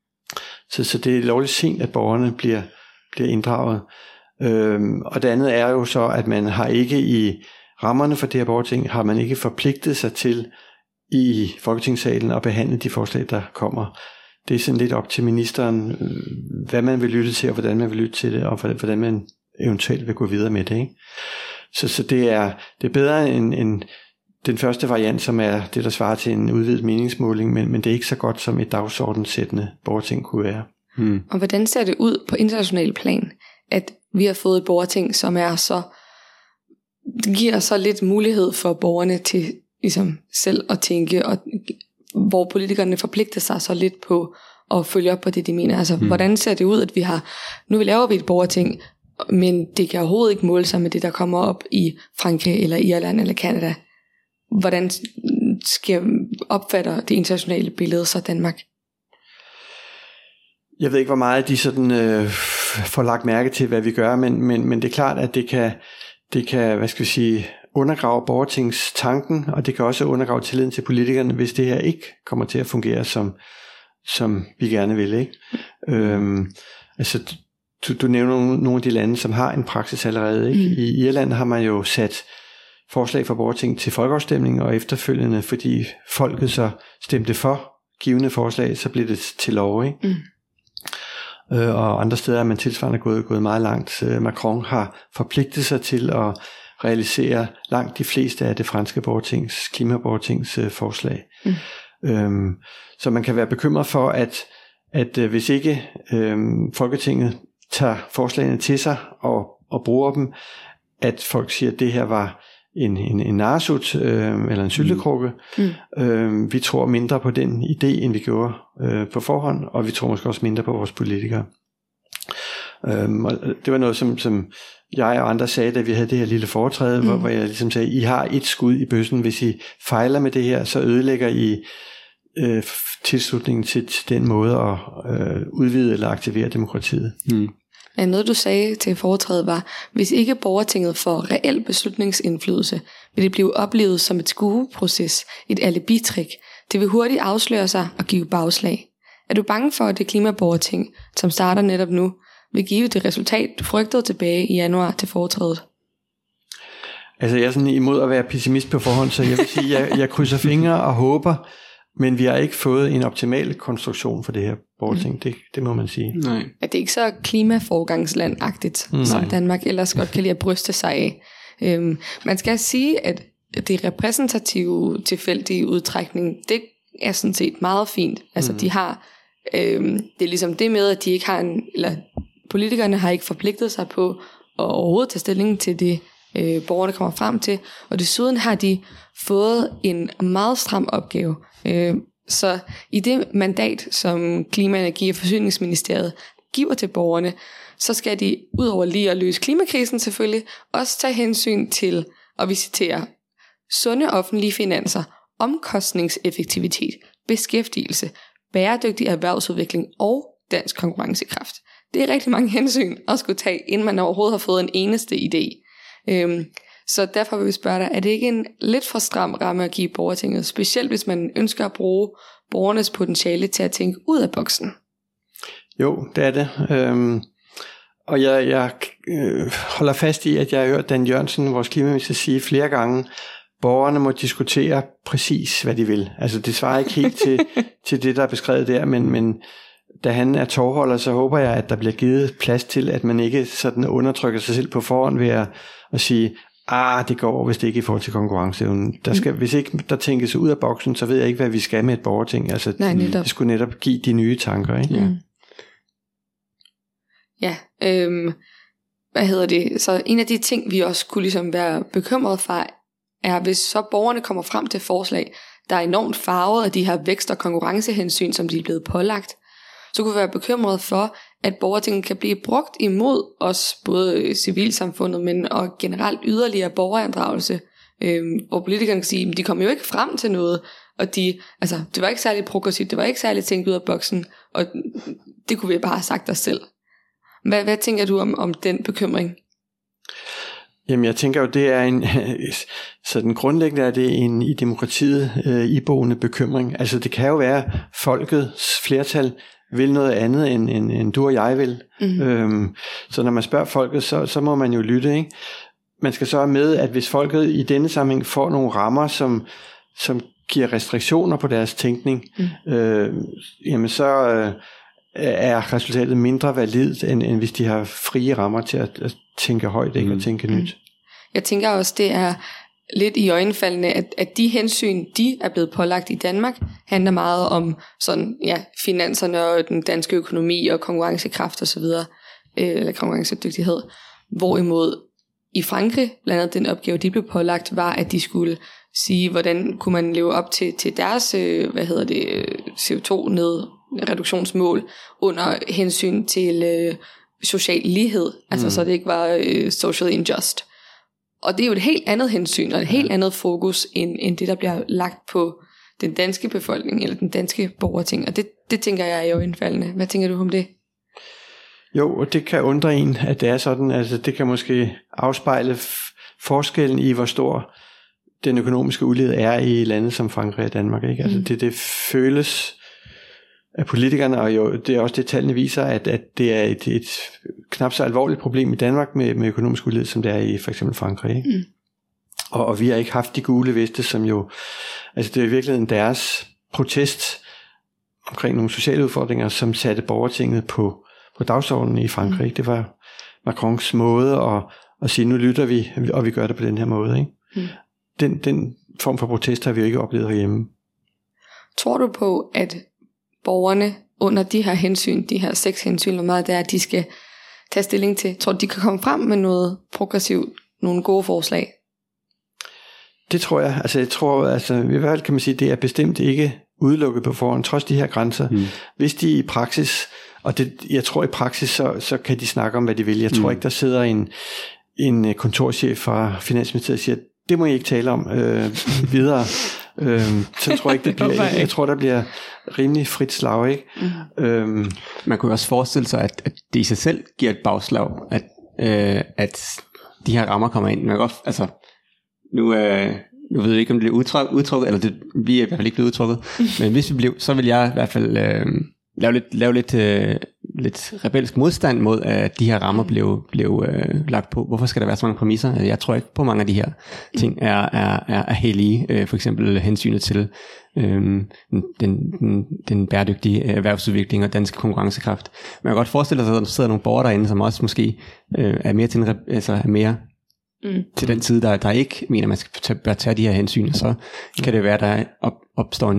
Så det er lovligt sent, at borgerne bliver inddraget. Og det andet er jo så, at man har ikke i rammerne for det her borgerting, har man ikke forpligtet sig til i Folketingssalen at behandle de forslag, der kommer. Det er sådan lidt op til ministeren, hvad man vil lytte til, og hvordan man vil lytte til det, og hvordan man eventuelt vil gå videre med det, ikke? Så det er bedre end den første variant, som er det, der svarer til en udvidet meningsmåling, men det er ikke så godt, som et dagsordenssættende borgerting kunne være. Og hvordan ser det ud på international plan, at vi har fået et borgerting, som er så giver så lidt mulighed for borgerne til ligesom selv at tænke, og hvor politikerne forpligter sig så lidt på at følge op på det, de mener. Altså, hvordan ser det ud, at nu laver vi et borgerting, men det kan overhovedet ikke måle sig med det, der kommer op i Frankrig, eller Irland, eller Canada. Hvordan opfatter det internationale billede så Danmark? Jeg ved ikke, hvor meget de sådan får lagt mærke til, hvad vi gør, men det er klart, at det kan, hvad skal vi sige, undergrave borgertingstanken, og det kan også undergrave tilliden til politikerne, hvis det her ikke kommer til at fungere, som vi gerne vil, ikke? Altså, du nævner nogle af de lande, som har en praksis allerede, ikke? I Irland har man jo sat forslag fra borgerting til folkeafstemning, og efterfølgende, fordi folket så stemte for givende forslag, så blev det til lov, ikke? Og andre steder er man tilsvarende gået meget langt. Macron har forpligtet sig til at realisere langt de fleste af det franske klimaborgertings forslag. Så man kan være bekymret for, at hvis ikke Folketinget tager forslagene til sig og bruger dem, at folk siger, at det her var en narsut eller en syltekrukke. Vi tror mindre på den idé, end vi gjorde på forhånd, og vi tror måske også mindre på vores politikere. Og det var noget, som jeg og andre sagde, da vi havde det her lille foretræde, hvor jeg ligesom sagde, I har et skud i bøssen. Hvis I fejler med det her, så ødelægger I tilslutningen til den måde at udvide eller aktivere demokratiet. Ja, noget du sagde til foretrædet var, hvis ikke borgertinget får reel beslutningsindflydelse, vil det blive oplevet som et skueproces, et alibitrik. Det vil hurtigt afsløre sig og give bagslag. Er du bange for, at det klimaborgerting, som starter netop nu, vil give det resultat, du frygtede tilbage i januar til foretrædet? Altså jeg er sådan imod at være pessimist på forhånd, så jeg vil sige, jeg krydser fingre og håber, men vi har ikke fået en optimal konstruktion for det her borgerting, det må man sige. Nej. At det ikke så klimaforgangsland-agtigt, som Danmark ellers godt kan lide at bryste sig af. Man skal sige, at det repræsentative tilfældige udtrækning, det er sådan set meget fint. Altså de har, det er ligesom det med, at de ikke har politikerne har ikke forpligtet sig på at overhovedet tage stilling til det, borgerne kommer frem til, og desuden har de fået en meget stram opgave. Så i det mandat, som Klima-, Energi- og Forsyningsministeriet giver til borgerne, så skal de, udover lige at løse klimakrisen selvfølgelig, også tage hensyn til, og vi citerer, sunde offentlige finanser, omkostningseffektivitet, beskæftigelse, bæredygtig erhvervsudvikling og dansk konkurrencekraft. Det er rigtig mange hensyn at skulle tage, inden man overhovedet har fået en eneste idé. Så derfor vil vi spørge dig, er det ikke en lidt for stram ramme at give borgertinget, specielt hvis man ønsker at bruge borgernes potentiale til at tænke ud af boksen? Jo, det er det. Og jeg holder fast i, at jeg har hørt Dan Jørgensen, vores klimaminister, sige flere gange, borgerne må diskutere præcis, hvad de vil. Altså det svarer ikke helt til det, der er beskrevet der, men da han er tovholder, så håber jeg, at der bliver givet plads til, at man ikke sådan undertrykker sig selv på forhånd ved at sige, det går, hvis det ikke er i forhold til konkurrenceevnen. Hvis ikke der tænkes ud af boksen, så ved jeg ikke, hvad vi skal med et borgerting. Altså, det skulle netop give de nye tanker, ikke? Så en af de ting, vi også kunne ligesom være bekymret for, er, hvis så borgerne kommer frem til forslag, der er enormt farvet af de her vækst- og konkurrencehensyn, som de er blevet pålagt, så kunne vi være bekymret for, at borgertinget kan blive brugt imod os, både civilsamfundet, men og generelt yderligere borgerinddragelse, hvor politikerne kan sige, at de kom jo ikke frem til noget, og det var ikke særlig progressivt, det var ikke særlig tænkt ud af boksen, og det kunne vi bare have sagt os selv. Hvad tænker du om den bekymring? Jamen jeg tænker jo, det er sådan grundlæggende er det en i demokratiet iboende bekymring. Altså det kan jo være, folkets flertal vil noget andet, end du og jeg vil. Så når man spørger folket, så må man jo lytte, ikke? Man skal så have med, at hvis folket i denne sammenhæng får nogle rammer, som giver restriktioner på deres tænkning, jamen så er resultatet mindre validt, end hvis de har frie rammer til at tænke højt, ikke, og tænke nyt. Jeg tænker også, det er lidt i øjenfaldende, at de hensyn, de er blevet pålagt i Danmark, handler meget om sådan, finanserne og den danske økonomi og konkurrencekraft osv., eller konkurrencedygtighed. Hvorimod i Frankrig, blandt andet den opgave, de blev pålagt, var, at de skulle sige, hvordan kunne man leve op til deres CO2-reduktionsmål under hensyn til social lighed, altså så det ikke var socially unjust. Og det er jo et helt andet hensyn og et helt andet fokus end det, der bliver lagt på den danske befolkning eller den danske borgerting, og det tænker jeg er jo indfaldende. Hvad tænker du om det? Jo, og det kan undre en, at det er sådan, altså det kan måske afspejle forskellen i, hvor stor den økonomiske ulighed er i lande som Frankrig og Danmark, ikke? Altså det føles af politikerne, og jo, det er også det, tallene viser, at det er et knap så alvorligt problem i Danmark med økonomisk ulighed, som det er i for eksempel Frankrig, ikke? Og vi har ikke haft de gule veste, som jo, altså det er i virkeligheden deres protest omkring nogle sociale udfordringer, som satte borgertinget på dagsordenen i Frankrig. Det var Macrons måde at sige, nu lytter vi, og vi gør det på den her måde. Ikke? Den form for protest har vi jo ikke oplevet herhjemme. Tror du på, at borgerne under de her hensyn, de her 6 hensyn, hvor meget det er, at de skal tage stilling til, tror du, de kan komme frem med noget progressivt, nogle gode forslag? Det tror jeg. Altså jeg tror, i hvert fald kan man sige, det er bestemt ikke udelukket på forhånd, trods de her grænser. Hvis de i praksis, og det, jeg tror i praksis, så kan de snakke om, hvad de vil. Jeg tror ikke, der sidder en kontorchef fra Finansministeriet og siger, det må I ikke tale om videre. Så tror jeg ikke, det bliver. Jeg tror, der bliver rimelig frit slag, ikke? Man kunne også forestille sig, at det i sig selv giver et bagslag, at de her rammer kommer ind. Man kan godt, altså, nu ved jeg ikke, om det bliver udtrukket, eller det bliver i hvert fald ikke blevet udtrukket, men hvis vi blev, så vil jeg i hvert fald lave lidt rebelsk modstand mod, at de her rammer blev lagt på. Hvorfor skal der være så mange præmisser? Altså, jeg tror ikke på mange af de her ting er hellige. For eksempel hensynet til den bæredygtige erhvervsudvikling og dansk konkurrencekraft. Man kan godt forestille sig, at der sidder nogle borgere derinde, som også måske er mere til den side, der ikke mener, man bør tage de her hensyn, og så kan det være, at der opstår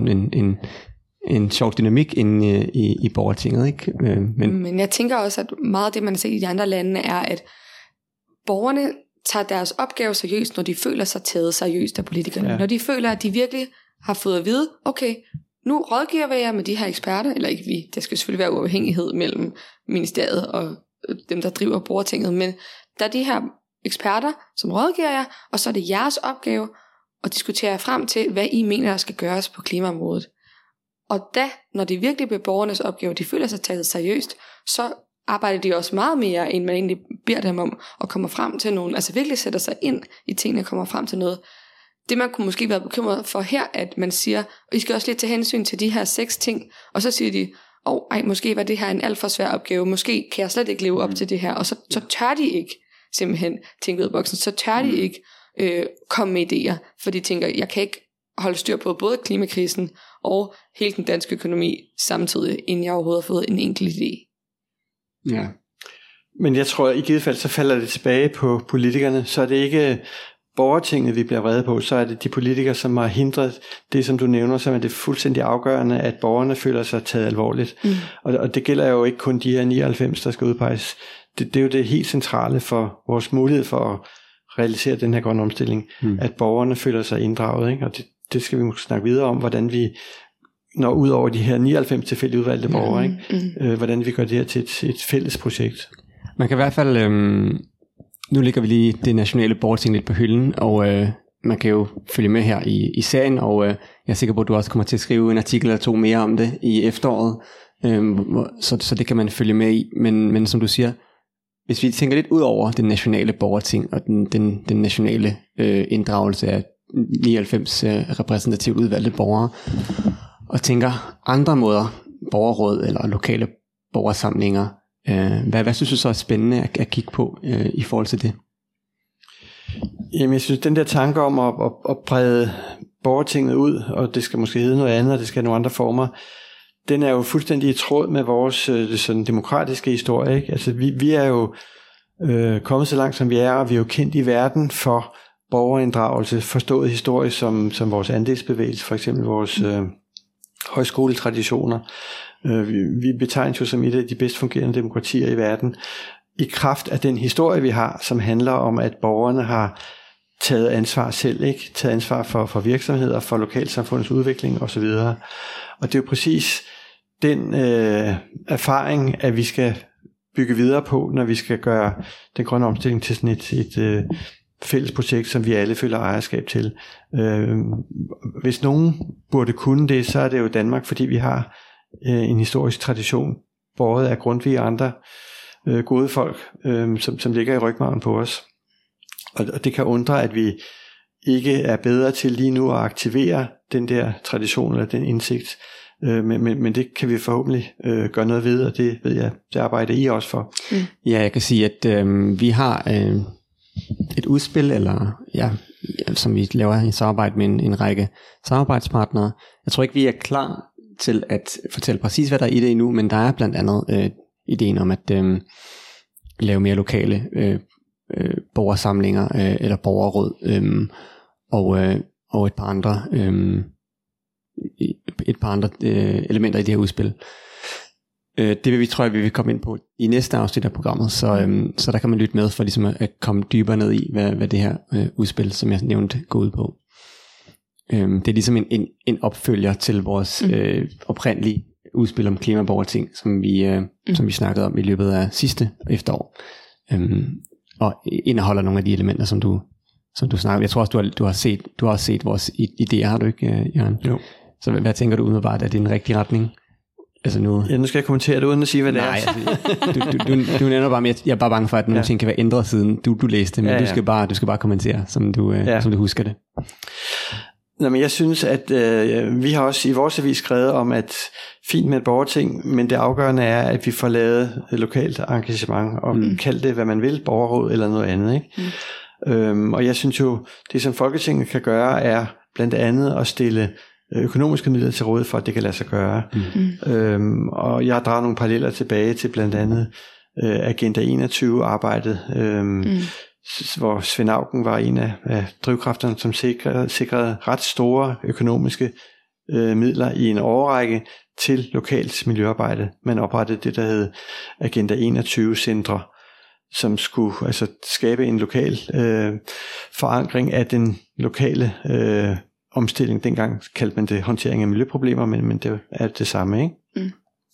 en sjov dynamik inde i borgertinget, ikke? Men jeg tænker også, at meget af det, man ser i de andre lande, er, at borgerne tager deres opgave seriøst, når de føler sig taget seriøst af politikerne. Ja. Når de føler, at de virkelig har fået at vide, okay, nu rådgiver vi jer med de her eksperter, eller ikke vi, der skal selvfølgelig være uafhængighed mellem ministeriet og dem, der driver borgertinget, men der er de her eksperter, som rådgiver jer, og så er det jeres opgave at diskutere frem til, hvad I mener, der skal gøres på klimaområdet. Og når det virkelig bliver borgernes opgave, de føler sig taget seriøst, så arbejder de også meget mere, end man egentlig beder dem om, og kommer frem til nogen, altså virkelig sætter sig ind i tingene og kommer frem til noget. Det man kunne måske være bekymret for her, at man siger, og I skal også lige tage hensyn til de her 6 ting, og så siger de, måske var det her en alt for svær opgave, måske kan jeg slet ikke leve op til det her, og så tør de ikke simpelthen tænke ud af boksen, så tør de ikke komme med idéer, for de tænker, jeg kan ikke holde styr på både klimakrisen og hele den danske økonomi samtidig, inden jeg overhovedet har fået en enkelt idé. Ja. Men jeg tror, i givet fald, så falder det tilbage på politikerne, så er det ikke borgertinget, vi bliver vrede på, så er det de politikere, som har hindret det, som du nævner, så er det fuldstændig afgørende, at borgerne føler sig taget alvorligt. Og det gælder jo ikke kun de her 99, der skal udpeges. Det er jo det helt centrale for vores mulighed for at realisere den her grønne omstilling, at borgerne føler sig inddraget, ikke? Og det skal vi måske snakke videre om, hvordan vi når ud over de her 99 tilfældigt udvalgte borgere, ikke? Hvordan vi gør det her til et fælles projekt. Man kan i hvert fald, nu ligger vi lige det nationale borgerting lidt på hylden, og man kan jo følge med her i serien, og jeg er sikker på, at du også kommer til at skrive en artikel eller 2 mere om det i efteråret, så det kan man følge med i, men som du siger, hvis vi tænker lidt ud over det nationale borgerting og den nationale inddragelse af 99 repræsentativt udvalgte borgere, og tænker andre måder, borgerråd eller lokale borgersamlinger, hvad synes du så er spændende at kigge på i forhold til det? Jamen jeg synes, den der tanke om at brede borgertinget ud, og det skal måske hedde noget andet, og det skal have nogle andre former, den er jo fuldstændig i tråd med vores sådan demokratiske historie, ikke? Altså vi er jo kommet så langt som vi er, og vi er jo kendt i verden for borgerinddragelse, forstået historie som vores andelsbevægelse, for eksempel vores højskoletraditioner. Vi betegnes jo som et af de bedst fungerende demokratier i verden, i kraft af den historie vi har, som handler om, at borgerne har taget ansvar selv, ikke? Taget ansvar for virksomheder, for lokalsamfundets udvikling osv. Og det er jo præcis den erfaring, at vi skal bygge videre på, når vi skal gøre den grønne omstilling til sådan et fælles projekt, som vi alle føler ejerskab til. Hvis nogen burde kunne det, så er det jo Danmark, fordi vi har en historisk tradition, båret af Grundtvig og andre gode folk, som ligger i rygmarven på os. Og det kan undre, at vi ikke er bedre til lige nu at aktivere den der tradition eller den indsigt. Men det kan vi forhåbentlig gøre noget ved, og det ved jeg, det arbejder I også for. Ja, jeg kan sige, at vi har et udspil, eller som vi laver i samarbejde med en række samarbejdspartnere. Jeg tror ikke, vi er klar til at fortælle præcis, hvad der er i det endnu, men der er blandt andet ideen om at lave mere lokale borgersamlinger eller borgerråd og et par andre elementer i det her udspil. Det tror jeg, vi vil komme ind på i næste afsnit af programmet, så der kan man lytte med for ligesom at komme dybere ned i, hvad det her udspil, som jeg nævnte, går ud på. Det er ligesom en opfølger til vores oprindelige udspil om klimaborgerting, som vi snakkede om i løbet af sidste efterår, og indeholder nogle af de elementer, som du snakker. Jeg tror også, du har set vores idéer, har du ikke, Jørgen? Jo. Så hvad tænker du umiddelbart, er det en rigtig retning? Altså nu... Ja, nu skal jeg kommentere det uden at sige, hvad det er. Nej, du nævner bare, men jeg er bare bange for, at nogle ting kan være ændret siden du læste, men du skal bare kommentere, som du husker det. Nå, men jeg synes, at vi har også i vores avis skrevet om, at fint med et borgerting, men det afgørende er, at vi får lavet lokalt engagement, og kald det, hvad man vil, borgerråd eller noget andet, ikke? Og jeg synes jo, det som Folketinget kan gøre, er blandt andet at stille økonomiske midler til råd for, at det kan lade sig gøre. Og jeg har draget nogle paralleller tilbage til blandt andet Agenda 21 arbejdet, hvor Svend Auken var en af drivkræfterne, som sikrede ret store økonomiske midler i en årrække til lokalt miljøarbejde. Man oprettede det, der hed Agenda 21 centre, som skulle altså skabe en lokal forankring af den lokale omstilling. Dengang kaldte man det håndtering af miljøproblemer, men det er det samme, ikke?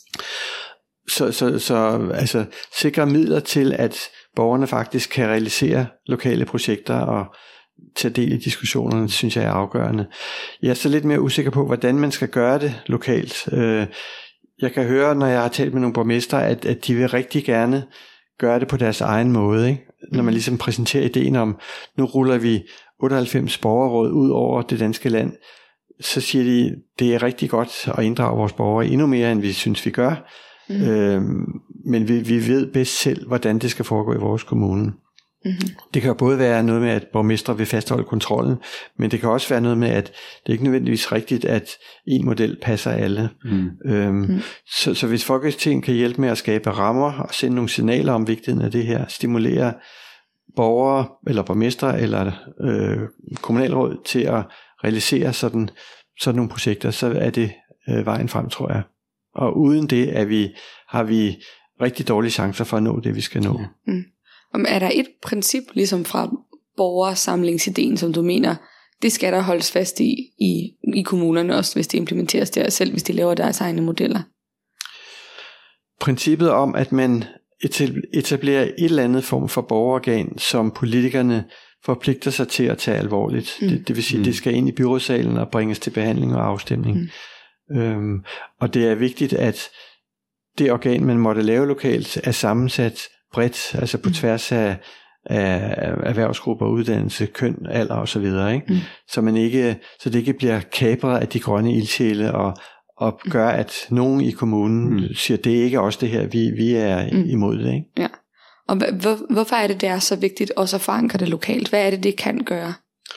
Så altså sikre midler til, at borgerne faktisk kan realisere lokale projekter og tage del i diskussionerne, synes jeg er afgørende. Jeg er så lidt mere usikker på, hvordan man skal gøre det lokalt. Jeg kan høre, når jeg har talt med nogle borgmestre, at de vil rigtig gerne gøre det på deres egen måde, ikke? Når man ligesom præsenterer ideen om, nu ruller vi 98 borgerråd ud over det danske land, så siger de, det er rigtig godt at inddrage vores borgere endnu mere, end vi synes, vi gør. Men vi ved bedst selv, hvordan det skal foregå i vores kommune. Det kan jo både være noget med, at borgmestre vil fastholde kontrollen, men det kan også være noget med, at det ikke nødvendigvis rigtigt, at en model passer alle. Så hvis Folketinget kan hjælpe med at skabe rammer og sende nogle signaler om vigtigheden af det her, stimulere borgere eller borgmestre eller kommunalråd til at realisere sådan nogle projekter, så er det vejen frem, tror jeg. Og uden det har vi rigtig dårlige chancer for at nå det, vi skal nå. Er der et princip, ligesom fra borgersamlingsideen, som du mener, det skal der holdes fast i kommunerne også, hvis det implementeres der, selv hvis de laver deres egne modeller? Princippet om, at man etablerer et eller andet form for borgerorgan, som politikerne forpligter sig til at tage alvorligt. Det vil sige, at det skal ind i byrådssalen og bringes til behandling og afstemning. Og det er vigtigt, at det organ, man måtte lave lokalt, er sammensat bredt, altså på tværs af erhvervsgrupper, uddannelse, køn, alder og så videre, ikke? Så det ikke bliver kapret af de grønne ildsjæle og gør, at nogen i kommunen siger, det er ikke også det her, vi er imod det, ikke? Ja. Og hvorfor er det er så vigtigt også at forankre det lokalt? Hvad er det kan gøre?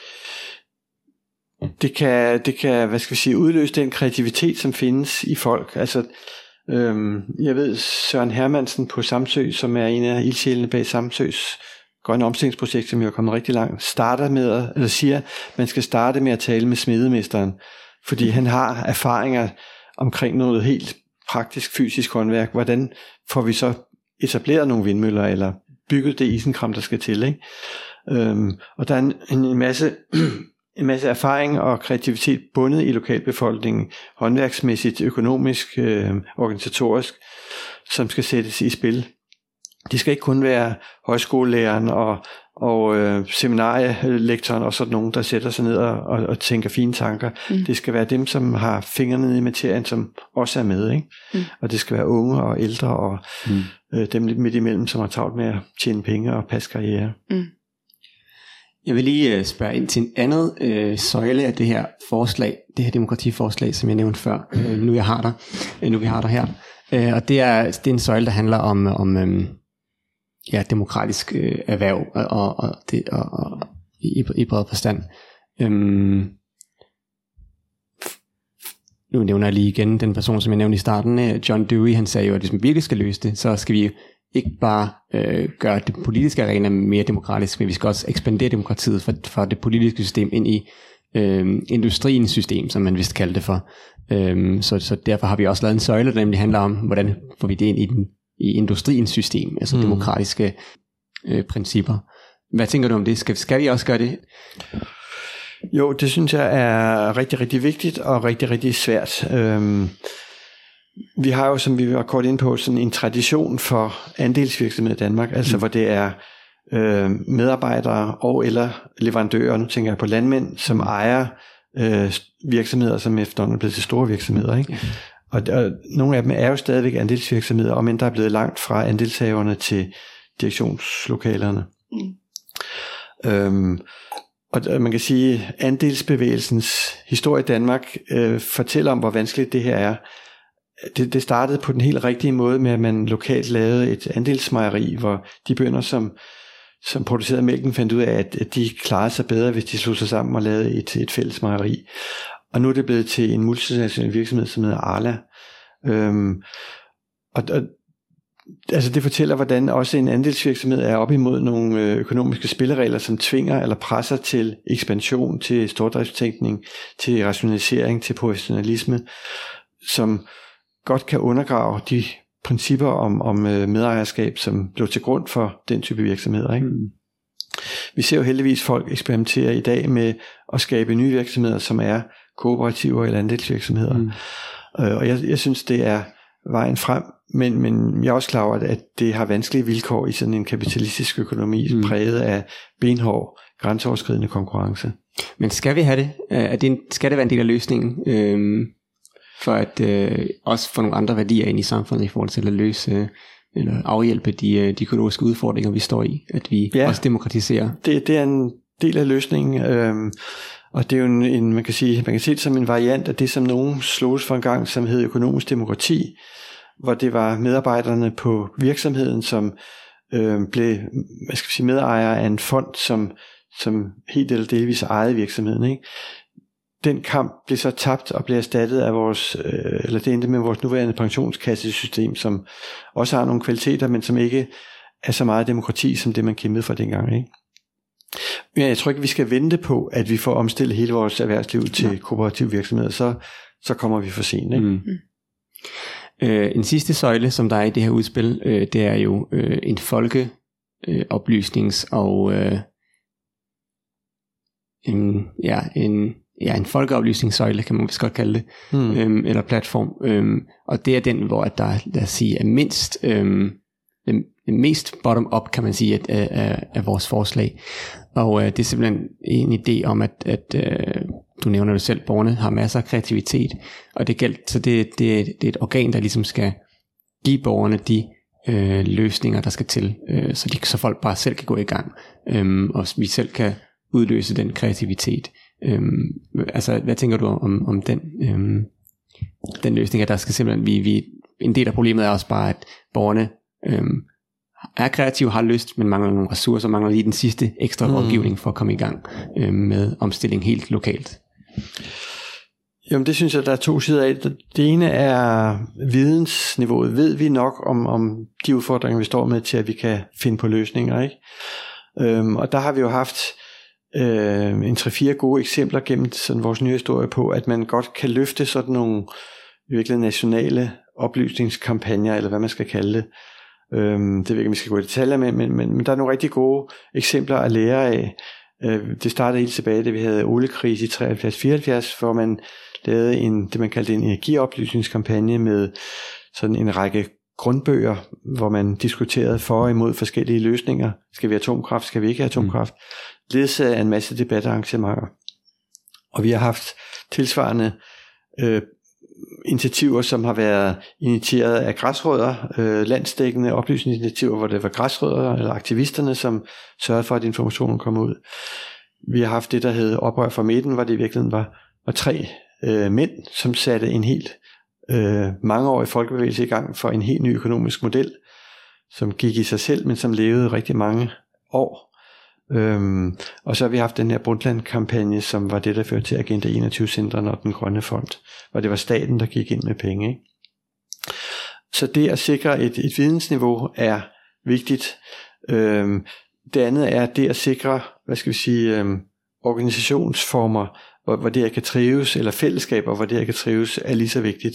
Det kan, hvad skal vi sige, udløse den kreativitet, som findes i folk. Altså, jeg ved, Søren Hermansen på Samsø, som er en af ildsjælene bag Samsøs grønne omstillingsprojekt, som jo er kommet rigtig langt, siger, at man skal starte med at tale med smedemesteren, fordi han har erfaringer omkring noget helt praktisk, fysisk håndværk. Hvordan får vi så etableret nogle vindmøller, eller bygget det isenkram, der skal til, ikke? Og der er en masse erfaring og kreativitet bundet i lokalbefolkningen, håndværksmæssigt, økonomisk, organisatorisk, som skal sættes i spil. Det skal ikke kun være højskolelæreren og seminarielektoren og sådan nogen, der sætter sig ned og tænker fine tanker. Det skal være dem, som har fingrene nede i materien, som også er med, ikke? Og det skal være unge og ældre og dem lidt midt imellem, som har travlt med at tjene penge og passe karriere. Jeg vil lige spørge ind til en andet søjle af det her forslag, det her demokratiforslag, som jeg nævnte før, nu vi har dig her. Og det er en søjle, der handler om demokratisk erhverv i bred forstand. Nu nævner jeg lige igen den person, som jeg nævnte i starten, John Dewey, han sagde jo, at hvis man virkelig skal løse det, så skal vi ikke bare gøre det politiske arena mere demokratisk, men vi skal også ekspandere demokratiet fra det politiske system ind i industriens system, som man vist kalder det for. Så derfor har vi også lavet en søjle, der nemlig handler om, hvordan får vi det ind i industriens system, altså demokratiske principper. Hvad tænker du om det? Skal vi også gøre det? Jo, det synes jeg er rigtig, rigtig vigtigt og rigtig, rigtig svært. Vi har jo, som vi var kort inde på, sådan en tradition for andelsvirksomhed i Danmark, altså hvor det er medarbejdere og eller leverandører, nu tænker jeg på landmænd, som ejer virksomheder, som efterhånden er blevet til store virksomheder, ikke? Og nogle af dem er jo stadigvæk andelsvirksomheder, men der er blevet langt fra andelshaverne til direktionslokalerne. Og man kan sige, at andelsbevægelsens historie i Danmark fortæller om, hvor vanskeligt det her er. Det startede på den helt rigtige måde med, at man lokalt lavede et andelsmejeri, hvor de bønder, som producerede mælken, fandt ud af, at de klarede sig bedre, hvis de slog sig sammen og lavede et fælles mejeri. Og nu er det blevet til en multinational virksomhed, som hedder Arla. Altså det fortæller, hvordan også en andelsvirksomhed er op imod nogle økonomiske spilleregler, som tvinger eller presser til ekspansion, til stordriftstænkning, til rationalisering, til professionalisme, som godt kan undergrave de principper om medejerskab, som lå til grund for den type virksomheder, ikke? Vi ser jo heldigvis folk eksperimentere i dag med at skabe nye virksomheder, som er kooperativer eller andelsvirksomheder. Og jeg synes, det er vejen frem, men jeg er også klar over, at det har vanskelige vilkår i sådan en kapitalistisk økonomi, præget af benhård, grænseoverskridende konkurrence. Men skal vi have det? Skal det være en del af løsningen? For at også få nogle andre værdier ind i samfundet i forhold til at løse eller afhjælpe de økologiske udfordringer, vi står i, at vi også demokratiserer. Det er en del af løsningen, og det er jo man kan se det som en variant af det, som nogen sloges for en gang, som hed økonomisk demokrati, hvor det var medarbejderne på virksomheden, som blev medejere af en fond, som helt eller delvis ejede virksomheden, ikke? Den kamp blev så tabt og blev erstattet af det endte med vores nuværende pensionskassesystem, som også har nogle kvaliteter, men som ikke er så meget demokrati, som det man kæmpede for dengang, ikke? Men jeg tror ikke, vi skal vente på, at vi får omstillet hele vores erhvervsliv til kooperative virksomheder, så kommer vi for sent, ikke? En sidste søjle, som der er i det her udspil, det er jo en folkeoplysnings- og en folkeoplysningssøjle, kan man vist godt kalde det, eller platform. Og det er den, hvor der, lad os sige, er mest bottom-up, kan man sige, af vores forslag. Og det er simpelthen en idé om, at du nævner det selv, borgerne har masser af kreativitet, og det er et organ, der ligesom skal give borgerne de løsninger, der skal til, så folk bare selv kan gå i gang, og vi selv kan udløse den kreativitet. Altså, hvad tænker du om den løsning, at der skal simpelthen en del af problemet er også bare, at borgerne er kreative, har lyst, men mangler nogle ressourcer, mangler lige den sidste ekstra rådgivning for at komme i gang med omstilling helt lokalt. Jamen det synes jeg, der er to sider af. Det ene er vidensniveauet. Ved vi nok om de udfordringer, vi står med, til at vi kan finde på løsninger, ikke? Og der har vi jo haft en 3-4 gode eksempler gennem sådan vores nye historie på, at man godt kan løfte sådan nogle virkelig nationale oplysningskampagner, eller hvad man skal kalde det. Det ved jeg ikke, om vi skal gå i detaljer med, men der er nogle rigtig gode eksempler at lære af. Det startede helt tilbage, da vi havde oliekrise i 73-74, hvor man lavede det man kaldte en energioplysningskampagne med sådan en række grundbøger, hvor man diskuterede for og imod forskellige løsninger. Skal vi have atomkraft? Skal vi ikke have atomkraft? Ledsaget af en masse debatarrangementer. Og vi har haft tilsvarende initiativer, som har været initieret af græsrødder, landsdækkende oplysningsinitiativer, hvor det var græsrødder eller aktivisterne, som sørgede for, at informationen kom ud. Vi har haft det, der hed Oprør for midten, hvor det i virkeligheden var 3 mænd, som satte en helt mangeårig folkebevægelse i gang for en helt ny økonomisk model, som gik i sig selv, men som levede rigtig mange år. Og så har vi haft den her Brundtland-kampagne, som var det, der førte til Agenda 21-centrene og den grønne fond, hvor det var staten, der gik ind med penge. Ikke? Så det at sikre et vidensniveau er vigtigt. Det andet er det at sikre, organisationsformer, hvor det her kan trives, eller fællesskaber, hvor det her kan trives, er lige så vigtigt.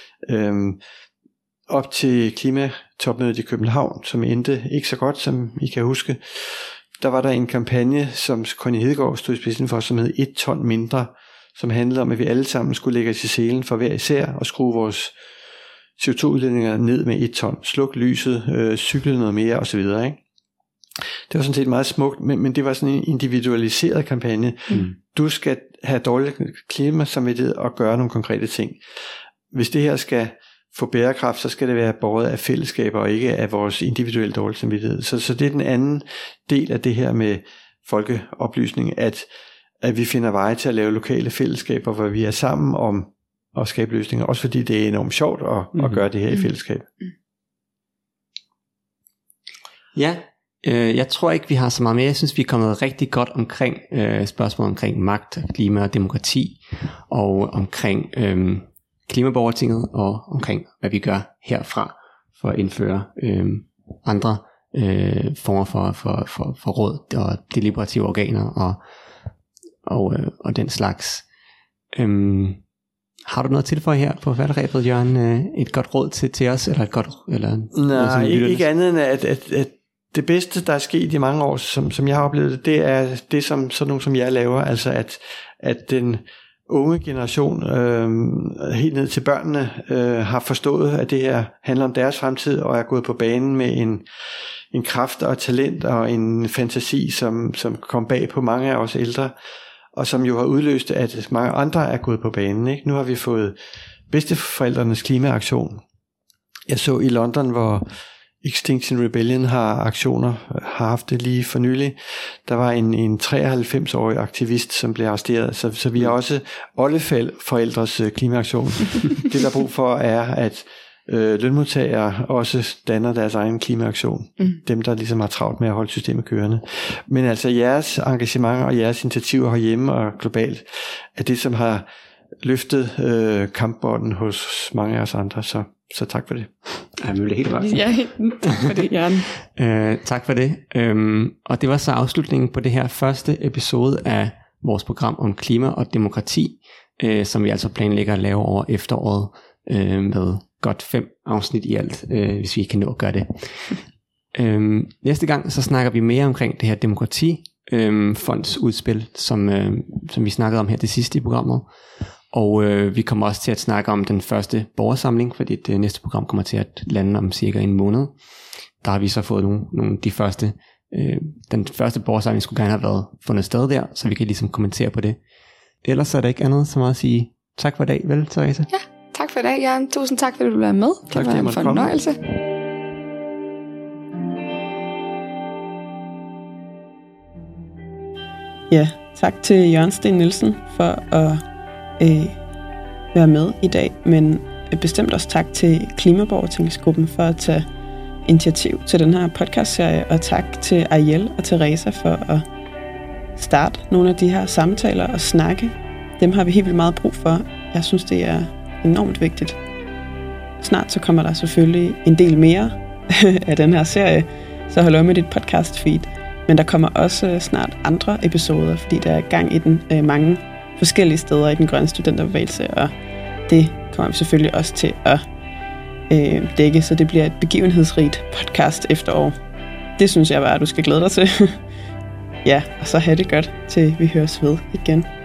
Op til klimatopmødet i København, som endte ikke så godt, som I kan huske, der var der en kampagne, som Connie Hedegaard stod i spidsen for, som hed 1 ton mindre, som handlede om, at vi alle sammen skulle lægge os i selen for hver især og skrue vores CO2-udledninger ned med 1 ton. Sluk lyset, cykle noget mere osv. Ikke? Det var sådan set meget smukt, men det var sådan en individualiseret kampagne. Du skal have dårlig klimasamvittighed og gøre nogle konkrete ting. Hvis det her skal få bærekraft, så skal det være båret af fællesskaber og ikke af vores individuelle dårlige samvittighed. Så det er den anden del af det her med folkeoplysning, at vi finder veje til at lave lokale fællesskaber, hvor vi er sammen om at skabe løsninger, også fordi det er enormt sjovt at gøre det her i fællesskab. Ja, jeg tror ikke, vi har så meget mere. Jeg synes, vi er kommet rigtig godt omkring spørgsmål omkring magt, klima og demokrati, og omkring klimaborgertinget, og omkring, hvad vi gør herfra for at indføre andre former for råd og deliberative organer og den slags. Har du noget til for her på falderebet, Jørgen? Et godt råd til os? Eller et godt, eller nej, ikke andet end at det bedste, der er sket i mange år, som jeg har oplevet, det er det, som sådan nogle som jeg laver, altså at den unge generation, helt ned til børnene, har forstået, at det her handler om deres fremtid, og er gået på banen med en kraft og talent og en fantasi, som kom bag på mange af os ældre, og som jo har udløst, at mange andre er gået på banen. Ikke? Nu har vi fået bedsteforældrenes klimaaktion. Jeg så i London, hvor Extinction Rebellion har haft det lige for nylig. Der var en 93-årig aktivist, som blev arresteret. Så vi har også oldeforældres klimaaktion. Det der er brug for er, at lønmodtagere også danner deres egen klimaaktion. Dem der ligesom har travlt med at holde systemet kørende. Men altså jeres engagement og jeres initiativer herhjemme og globalt er det, som har løftet kampbånden hos mange af os andre. Så tak for det. Ja, det er helt godt. Ja, tak for det, Jørgen. Tak for det. Og det var så afslutningen på det her første episode af vores program om klima og demokrati, som vi altså planlægger at lave over efteråret med godt 5 afsnit i alt, hvis vi kan nå at gøre det. Næste gang så snakker vi mere omkring det her demokratifondsudspil, som vi snakkede om her det sidste i programmet. Og vi kommer også til at snakke om den første borgersamling, fordi det næste program kommer til at lande om cirka en måned. Der har vi så fået nogle de første. Den første borgersamling skulle gerne have været fundet sted der, så vi kan ligesom kommentere på det. Ellers er der ikke andet som at sige tak for i dag, vel, Therese? Ja, tak for i dag, Jørgen. Tusind tak, fordi du var med. Tak, det var en fornøjelse. Ja, tak til Jørgen Sten Nielsen for at være med i dag, men bestemt også tak til Klimaborgertingsgruppen for at tage initiativ til den her podcastserie, og tak til Ariel og Teresa for at starte nogle af de her samtaler og snakke. Dem har vi helt vildt meget brug for. Jeg synes, det er enormt vigtigt. Snart så kommer der selvfølgelig en del mere af den her serie, så hold øje med dit podcast feed. Men der kommer også snart andre episoder, fordi der er gang i den mange forskellige steder i den grønne studenterbevægelse, og det kommer vi selvfølgelig også til at dække, så det bliver et begivenhedsrigt podcast efterår. Det synes jeg bare, at du skal glæde dig til. Ja, og så have det godt, til vi høres ved igen.